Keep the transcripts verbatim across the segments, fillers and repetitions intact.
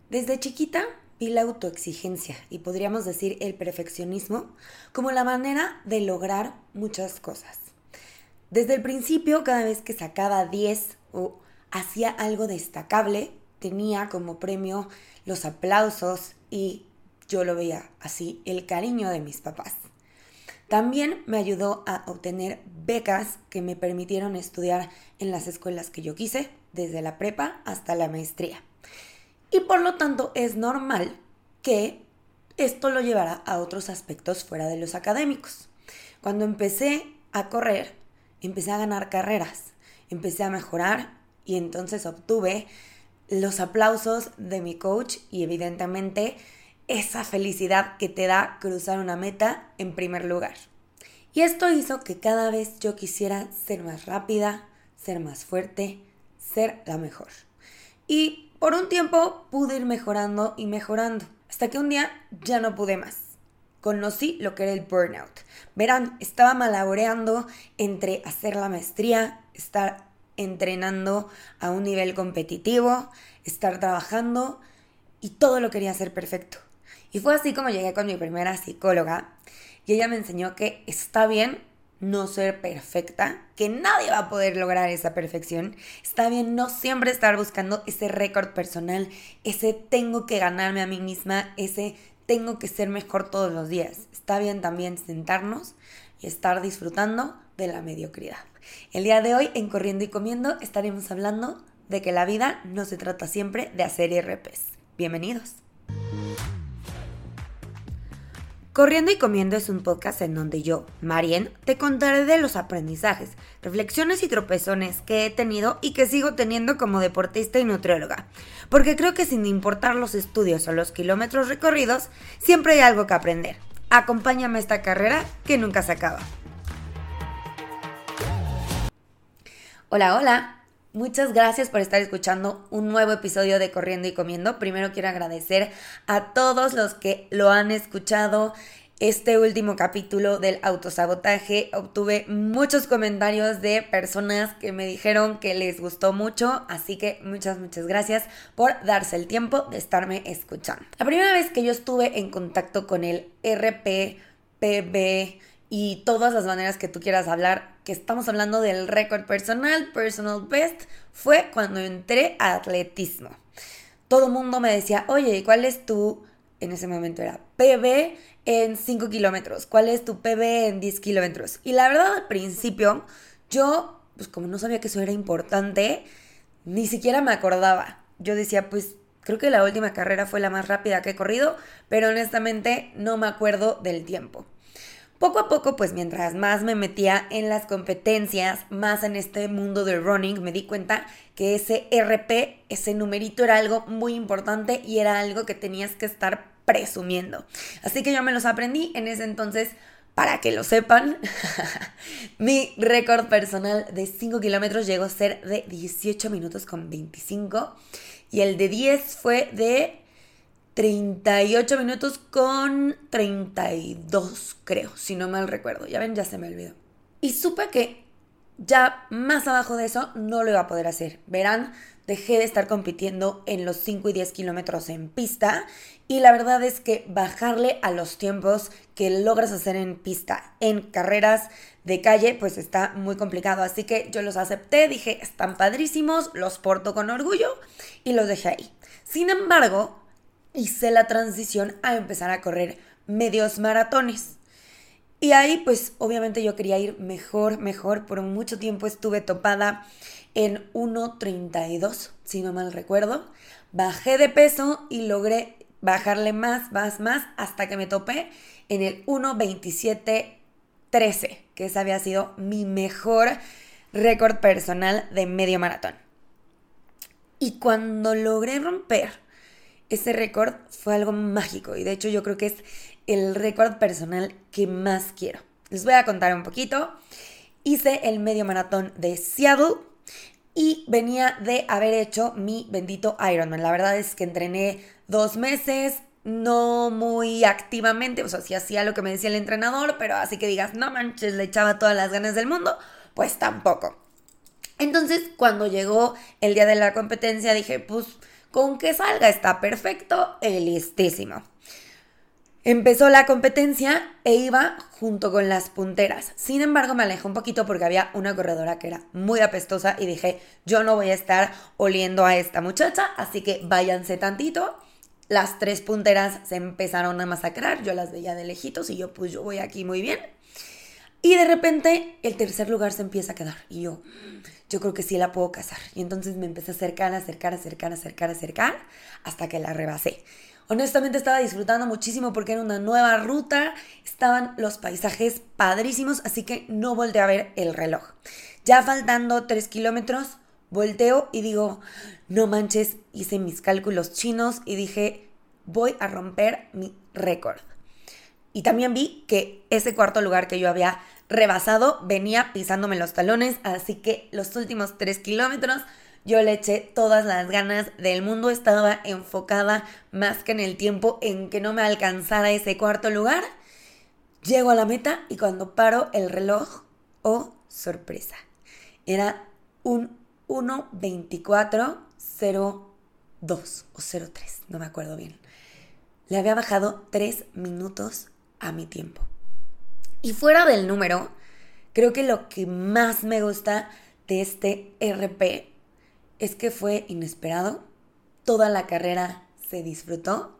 Desde chiquita vi la autoexigencia y podríamos decir el perfeccionismo como la manera de lograr muchas cosas. Desde el principio, cada vez que sacaba diez o hacía algo destacable, tenía como premio los aplausos y yo lo veía así, el cariño de mis papás. También me ayudó a obtener becas que me permitieron estudiar en las escuelas que yo quise, desde la prepa hasta la maestría. Y por lo tanto es normal que esto lo llevara a otros aspectos fuera de los académicos. Cuando empecé a correr, empecé a ganar carreras, empecé a mejorar y entonces obtuve los aplausos de mi coach y evidentemente esa felicidad que te da cruzar una meta en primer lugar. Y esto hizo que cada vez yo quisiera ser más rápida, ser más fuerte, ser la mejor. Y por un tiempo pude ir mejorando y mejorando, hasta que un día ya no pude más. Conocí lo que era el burnout. Verán, estaba malaboreando entre hacer la maestría, estar entrenando a un nivel competitivo, estar trabajando y todo lo quería hacer perfecto. Y fue así como llegué con mi primera psicóloga y ella me enseñó que está bien no ser perfecta, que nadie va a poder lograr esa perfección. Está bien no siempre estar buscando ese récord personal, ese tengo que ganarme a mí misma, ese tengo que ser mejor todos los días. Está bien también sentarnos y estar disfrutando de la mediocridad. El día de hoy en Corriendo y Comiendo estaremos hablando de que la vida no se trata siempre de hacer I R Ps. Bienvenidos. Corriendo y Comiendo es un podcast en donde yo, Marien, te contaré de los aprendizajes, reflexiones y tropezones que he tenido y que sigo teniendo como deportista y nutrióloga. Porque creo que sin importar los estudios o los kilómetros recorridos, siempre hay algo que aprender. Acompáñame a esta carrera que nunca se acaba. Hola, hola. Muchas gracias por estar escuchando un nuevo episodio de Corriendo y Comiendo. Primero quiero agradecer a todos los que lo han escuchado. Este último capítulo del autosabotaje, obtuve muchos comentarios de personas que me dijeron que les gustó mucho, así que muchas, muchas gracias por darse el tiempo de estarme escuchando. La primera vez que yo estuve en contacto con el R P, P B y todas las maneras que tú quieras hablar, que estamos hablando del récord personal, personal best, fue cuando entré a atletismo. Todo el mundo me decía, oye, ¿cuál es tu, en ese momento era P B en cinco kilómetros? ¿Cuál es tu P B en diez kilómetros? Y la verdad, al principio, yo, pues como no sabía que eso era importante, ni siquiera me acordaba. Yo decía, pues creo que la última carrera fue la más rápida que he corrido, pero honestamente no me acuerdo del tiempo. Poco a poco, pues mientras más me metía en las competencias, más en este mundo del running, me di cuenta que ese R P, ese numerito era algo muy importante y era algo que tenías que estar presumiendo. Así que yo me los aprendí en ese entonces, para que lo sepan, mi récord personal de cinco kilómetros llegó a ser de dieciocho minutos con veinticinco y el de diez fue de treinta y ocho minutos con treinta y dos, creo, si no mal recuerdo. Ya ven, ya se me olvidó. Y supe que ya más abajo de eso no lo iba a poder hacer. Verán, dejé de estar compitiendo en los cinco y diez kilómetros en pista y la verdad es que bajarle a los tiempos que logras hacer en pista, en carreras de calle, pues está muy complicado. Así que yo los acepté, dije, están padrísimos, los porto con orgullo y los dejé ahí. Sin embargo, hice la transición a empezar a correr medios maratones. Y ahí pues obviamente yo quería ir mejor, mejor. Por mucho tiempo estuve topada en uno treinta y dos, si no mal recuerdo. Bajé de peso y logré bajarle más, más, más, hasta que me topé en el uno veintisiete trece, que ese había sido mi mejor récord personal de medio maratón. Y cuando logré romper ese récord fue algo mágico y de hecho yo creo que es el récord personal que más quiero. Les voy a contar un poquito. Hice el medio maratón de Seattle y venía de haber hecho mi bendito Ironman. La verdad es que entrené dos meses, no muy activamente, o sea, sí hacía lo que me decía el entrenador, pero así que digas, no manches, le echaba todas las ganas del mundo, pues tampoco. Entonces, cuando llegó el día de la competencia, dije, pues con que salga está perfecto y listísimo. Empezó la competencia e iba junto con las punteras. Sin embargo, me alejé un poquito porque había una corredora que era muy apestosa y dije, yo no voy a estar oliendo a esta muchacha, así que váyanse tantito. Las tres punteras se empezaron a masacrar, yo las veía de lejitos y yo pues yo voy aquí muy bien. Y de repente el tercer lugar se empieza a quedar y yo, yo creo que sí la puedo cazar. Y entonces me empecé a acercar, acercar, acercar, acercar, acercar hasta que la rebasé. Honestamente estaba disfrutando muchísimo porque era una nueva ruta, estaban los paisajes padrísimos, así que no volteé a ver el reloj. Ya faltando tres kilómetros, volteo y digo, no manches, hice mis cálculos chinos y dije, voy a romper mi récord. Y también vi que ese cuarto lugar que yo había rebasado venía pisándome los talones, así que los últimos tres kilómetros yo le eché todas las ganas del mundo, estaba enfocada más que en el tiempo en que no me alcanzara ese cuarto lugar. Llego a la meta y cuando paro el reloj, oh, sorpresa, era un uno veinticuatro cero dos o cero tres, no me acuerdo bien. Le había bajado tres minutos a mi tiempo. Y fuera del número, creo que lo que más me gusta de este R P es que fue inesperado, toda la carrera se disfrutó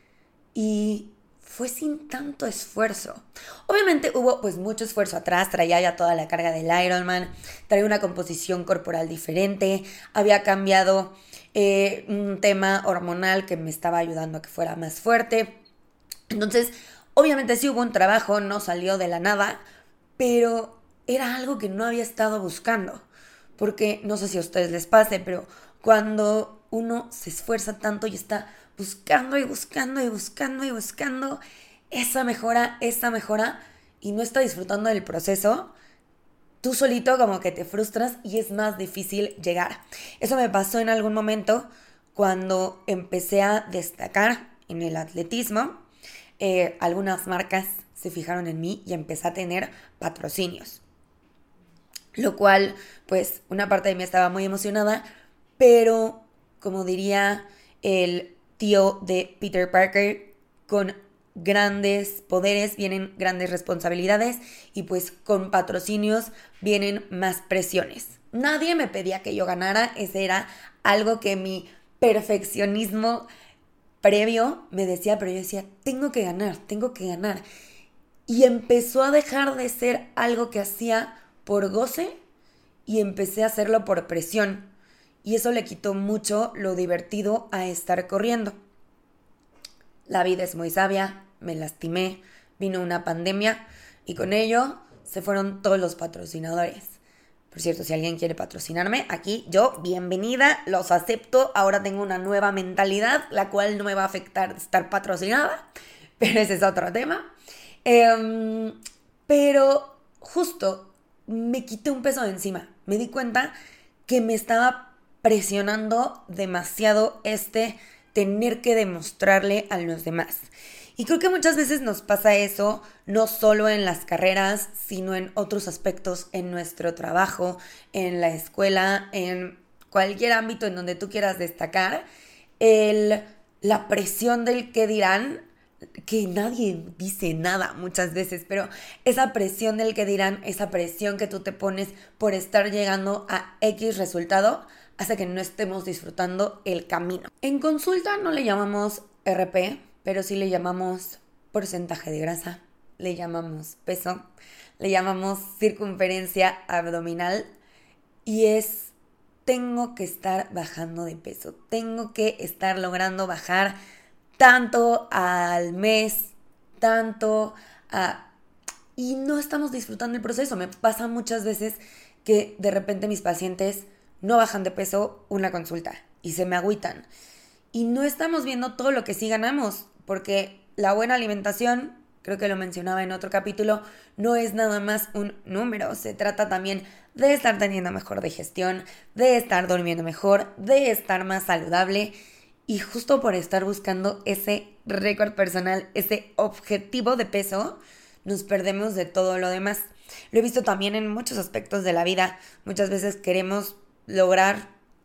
y fue sin tanto esfuerzo. Obviamente hubo pues mucho esfuerzo atrás, traía ya toda la carga del Ironman, traía una composición corporal diferente, había cambiado eh, un tema hormonal que me estaba ayudando a que fuera más fuerte. Entonces, obviamente sí hubo un trabajo, no salió de la nada, pero era algo que no había estado buscando. Porque no sé si a ustedes les pase, pero cuando uno se esfuerza tanto y está buscando y buscando y buscando y buscando esa mejora, esa mejora y no está disfrutando del proceso, tú solito como que te frustras y es más difícil llegar. Eso me pasó en algún momento cuando empecé a destacar en el atletismo. Eh, algunas marcas se fijaron en mí y empecé a tener patrocinios. Lo cual, pues, una parte de mí estaba muy emocionada, pero, como diría el tío de Peter Parker, con grandes poderes vienen grandes responsabilidades y pues con patrocinios vienen más presiones. Nadie me pedía que yo ganara, ese era algo que mi perfeccionismo previo me decía, pero yo decía, tengo que ganar, tengo que ganar. Y empezó a dejar de ser algo que hacía por goce y empecé a hacerlo por presión. Y eso le quitó mucho lo divertido a estar corriendo. La vida es muy sabia, me lastimé, vino una pandemia y con ello se fueron todos los patrocinadores. Por cierto, si alguien quiere patrocinarme, aquí yo, bienvenida, los acepto. Ahora tengo una nueva mentalidad, la cual no me va a afectar estar patrocinada, pero ese es otro tema. Eh, pero justo me quité un peso de encima. Me di cuenta que me estaba presionando demasiado este tener que demostrarle a los demás. Y creo que muchas veces nos pasa eso, no solo en las carreras, sino en otros aspectos, en nuestro trabajo, en la escuela, en cualquier ámbito en donde tú quieras destacar. El, la presión del qué dirán, que nadie dice nada muchas veces, pero esa presión del que dirán, esa presión que tú te pones por estar llegando a X resultado, hace que no estemos disfrutando el camino. En consulta no le llamamos R P, pero sí le llamamos porcentaje de grasa, le llamamos peso, le llamamos circunferencia abdominal y es, tengo que estar bajando de peso, tengo que estar logrando bajar tanto al mes, tanto a... Y no estamos disfrutando el proceso. Me pasa muchas veces que de repente mis pacientes no bajan de peso una consulta y se me agüitan. Y no estamos viendo todo lo que sí ganamos, porque la buena alimentación, creo que lo mencionaba en otro capítulo, no es nada más un número. Se trata también de estar teniendo mejor digestión, de estar durmiendo mejor, de estar más saludable. Y justo por estar buscando ese récord personal, ese objetivo de peso, nos perdemos de todo lo demás. Lo he visto también en muchos aspectos de la vida. Muchas veces queremos lograr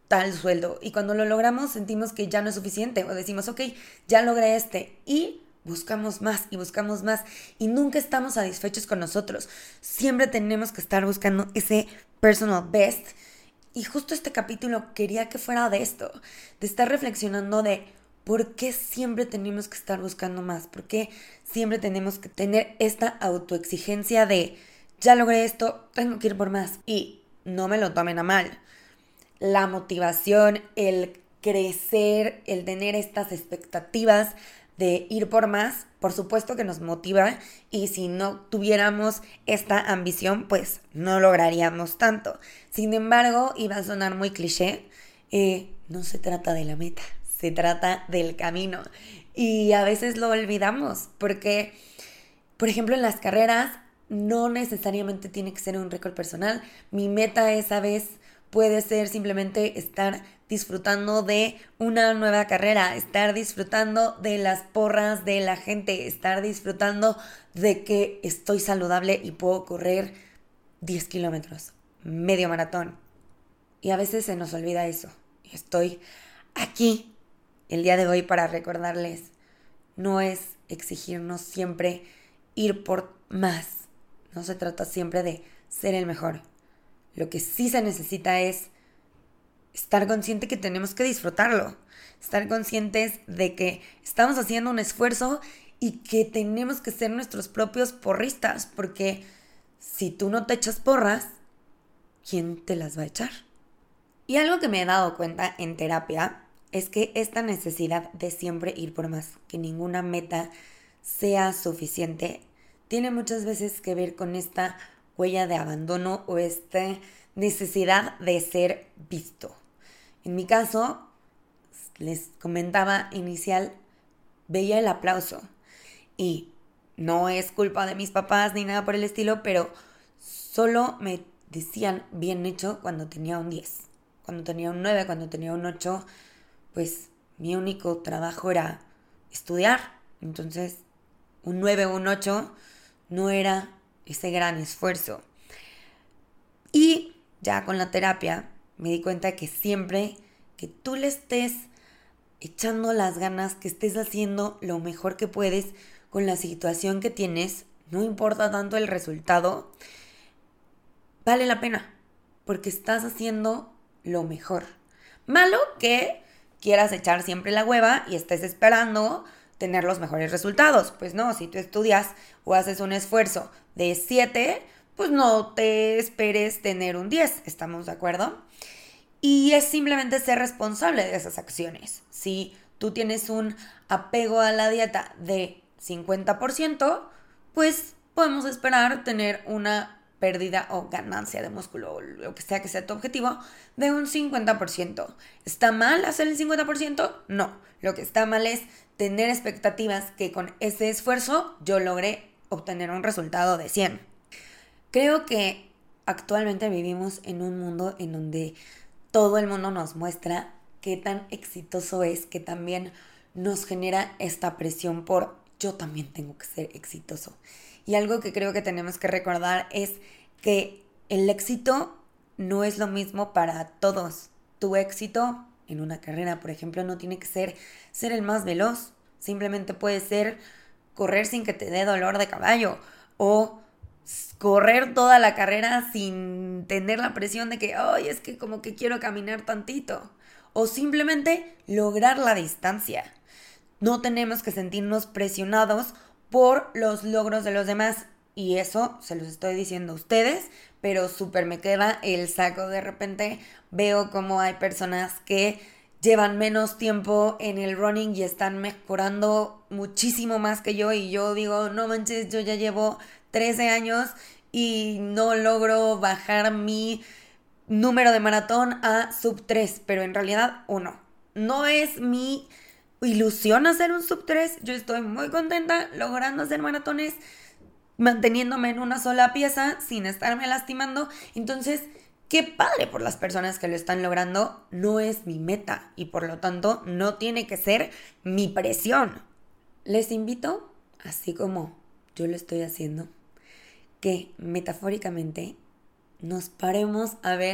tal sueldo. Y cuando lo logramos sentimos que ya no es suficiente o decimos, ok, ya logré este. Y buscamos más y buscamos más y nunca estamos satisfechos con nosotros. Siempre tenemos que estar buscando ese personal best. Y justo este capítulo quería que fuera de esto, de estar reflexionando de por qué siempre tenemos que estar buscando más, por qué siempre tenemos que tener esta autoexigencia de ya logré esto, tengo que ir por más. Y no me lo tomen a mal. La motivación, el crecer, el tener estas expectativas de ir por más, por supuesto que nos motiva, y si no tuviéramos esta ambición, pues no lograríamos tanto. Sin embargo, y va a sonar muy cliché, eh, no se trata de la meta, se trata del camino. Y a veces lo olvidamos porque, por ejemplo, en las carreras no necesariamente tiene que ser un récord personal. Mi meta esa vez puede ser simplemente estar disfrutando de una nueva carrera, estar disfrutando de las porras de la gente, estar disfrutando de que estoy saludable y puedo correr diez kilómetros, medio maratón. Y a veces se nos olvida eso. Y estoy aquí el día de hoy para recordarles, no es exigirnos siempre ir por más. No se trata siempre de ser el mejor. Lo que sí se necesita es estar consciente que tenemos que disfrutarlo. Estar conscientes de que estamos haciendo un esfuerzo y que tenemos que ser nuestros propios porristas. Porque si tú no te echas porras, ¿quién te las va a echar? Y algo que me he dado cuenta en terapia es que esta necesidad de siempre ir por más, que ninguna meta sea suficiente, tiene muchas veces que ver con esta huella de abandono o esta necesidad de ser visto. En mi caso, les comentaba inicial, veía el aplauso y no es culpa de mis papás ni nada por el estilo, pero solo me decían bien hecho cuando tenía un diez, cuando tenía un nueve, cuando tenía un ocho, pues mi único trabajo era estudiar. Entonces, un nueve o un ocho no era ese gran esfuerzo. Y ya con la terapia me di cuenta que siempre que tú le estés echando las ganas, que estés haciendo lo mejor que puedes con la situación que tienes, no importa tanto el resultado, vale la pena, porque estás haciendo lo mejor. Malo que quieras echar siempre la hueva y estés esperando tener los mejores resultados. Pues no, si tú estudias o haces un esfuerzo de siete, pues no te esperes tener un diez, ¿estamos de acuerdo? Y es simplemente ser responsable de esas acciones. Si tú tienes un apego a la dieta de cincuenta por ciento, pues podemos esperar tener una pérdida o ganancia de músculo o lo que sea que sea tu objetivo de un cincuenta por ciento. ¿Está mal hacer el cincuenta por ciento? No. Lo que está mal es tener expectativas que con ese esfuerzo yo logré obtener un resultado de cien. Creo que actualmente vivimos en un mundo en donde todo el mundo nos muestra qué tan exitoso es, que también nos genera esta presión por yo también tengo que ser exitoso. Y algo que creo que tenemos que recordar es que el éxito no es lo mismo para todos. Tu éxito en una carrera, por ejemplo, no tiene que ser ser el más veloz. Simplemente puede ser correr sin que te dé dolor de caballo o correr toda la carrera sin tener la presión de que, ay, es que como que quiero caminar tantito. O simplemente lograr la distancia. No tenemos que sentirnos presionados por los logros de los demás. Y eso se los estoy diciendo a ustedes, pero súper me queda el saco. De repente veo como hay personas que llevan menos tiempo en el running y están mejorando muchísimo más que yo. Y yo digo, no manches, yo ya llevo trece años y no logro bajar mi número de maratón a sub tres, pero en realidad uno. No es mi ilusión hacer un sub tres, yo estoy muy contenta logrando hacer maratones, manteniéndome en una sola pieza sin estarme lastimando. Entonces, qué padre por las personas que lo están logrando. No es mi meta y por lo tanto no tiene que ser mi presión. Les invito, así como yo lo estoy haciendo, que metafóricamente nos paremos a ver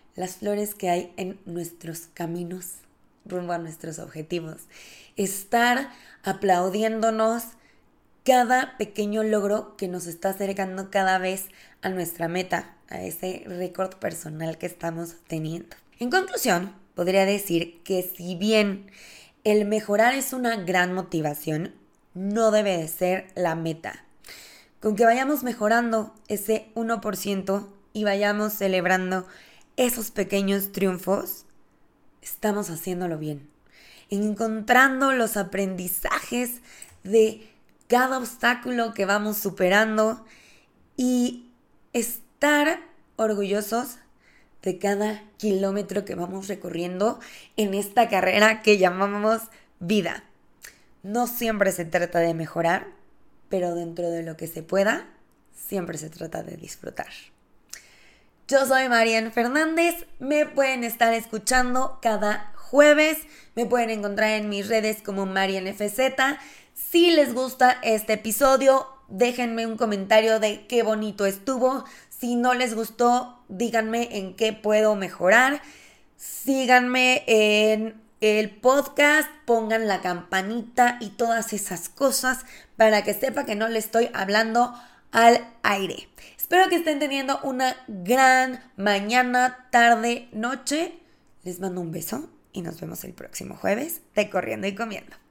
las flores que hay en nuestros caminos rumbo a nuestros objetivos. Estar aplaudiéndonos cada pequeño logro que nos está acercando cada vez a nuestra meta, a ese récord personal que estamos teniendo. En conclusión, podría decir que si bien el mejorar es una gran motivación, no debe de ser la meta. Con que vayamos mejorando ese uno por ciento y vayamos celebrando esos pequeños triunfos, estamos haciéndolo bien. Encontrando los aprendizajes de cada obstáculo que vamos superando y estar orgullosos de cada kilómetro que vamos recorriendo en esta carrera que llamamos vida. No siempre se trata de mejorar, pero dentro de lo que se pueda, siempre se trata de disfrutar. Yo soy Marian Fernández, me pueden estar escuchando cada jueves, me pueden encontrar en mis redes como Marian F Z. Si les gusta este episodio, déjenme un comentario de qué bonito estuvo. Si no les gustó, díganme en qué puedo mejorar. Síganme en el podcast, pongan la campanita y todas esas cosas para que sepa que no le estoy hablando al aire. Espero que estén teniendo una gran mañana, tarde, noche. Les mando un beso y nos vemos el próximo jueves de Corriendo y Comiendo.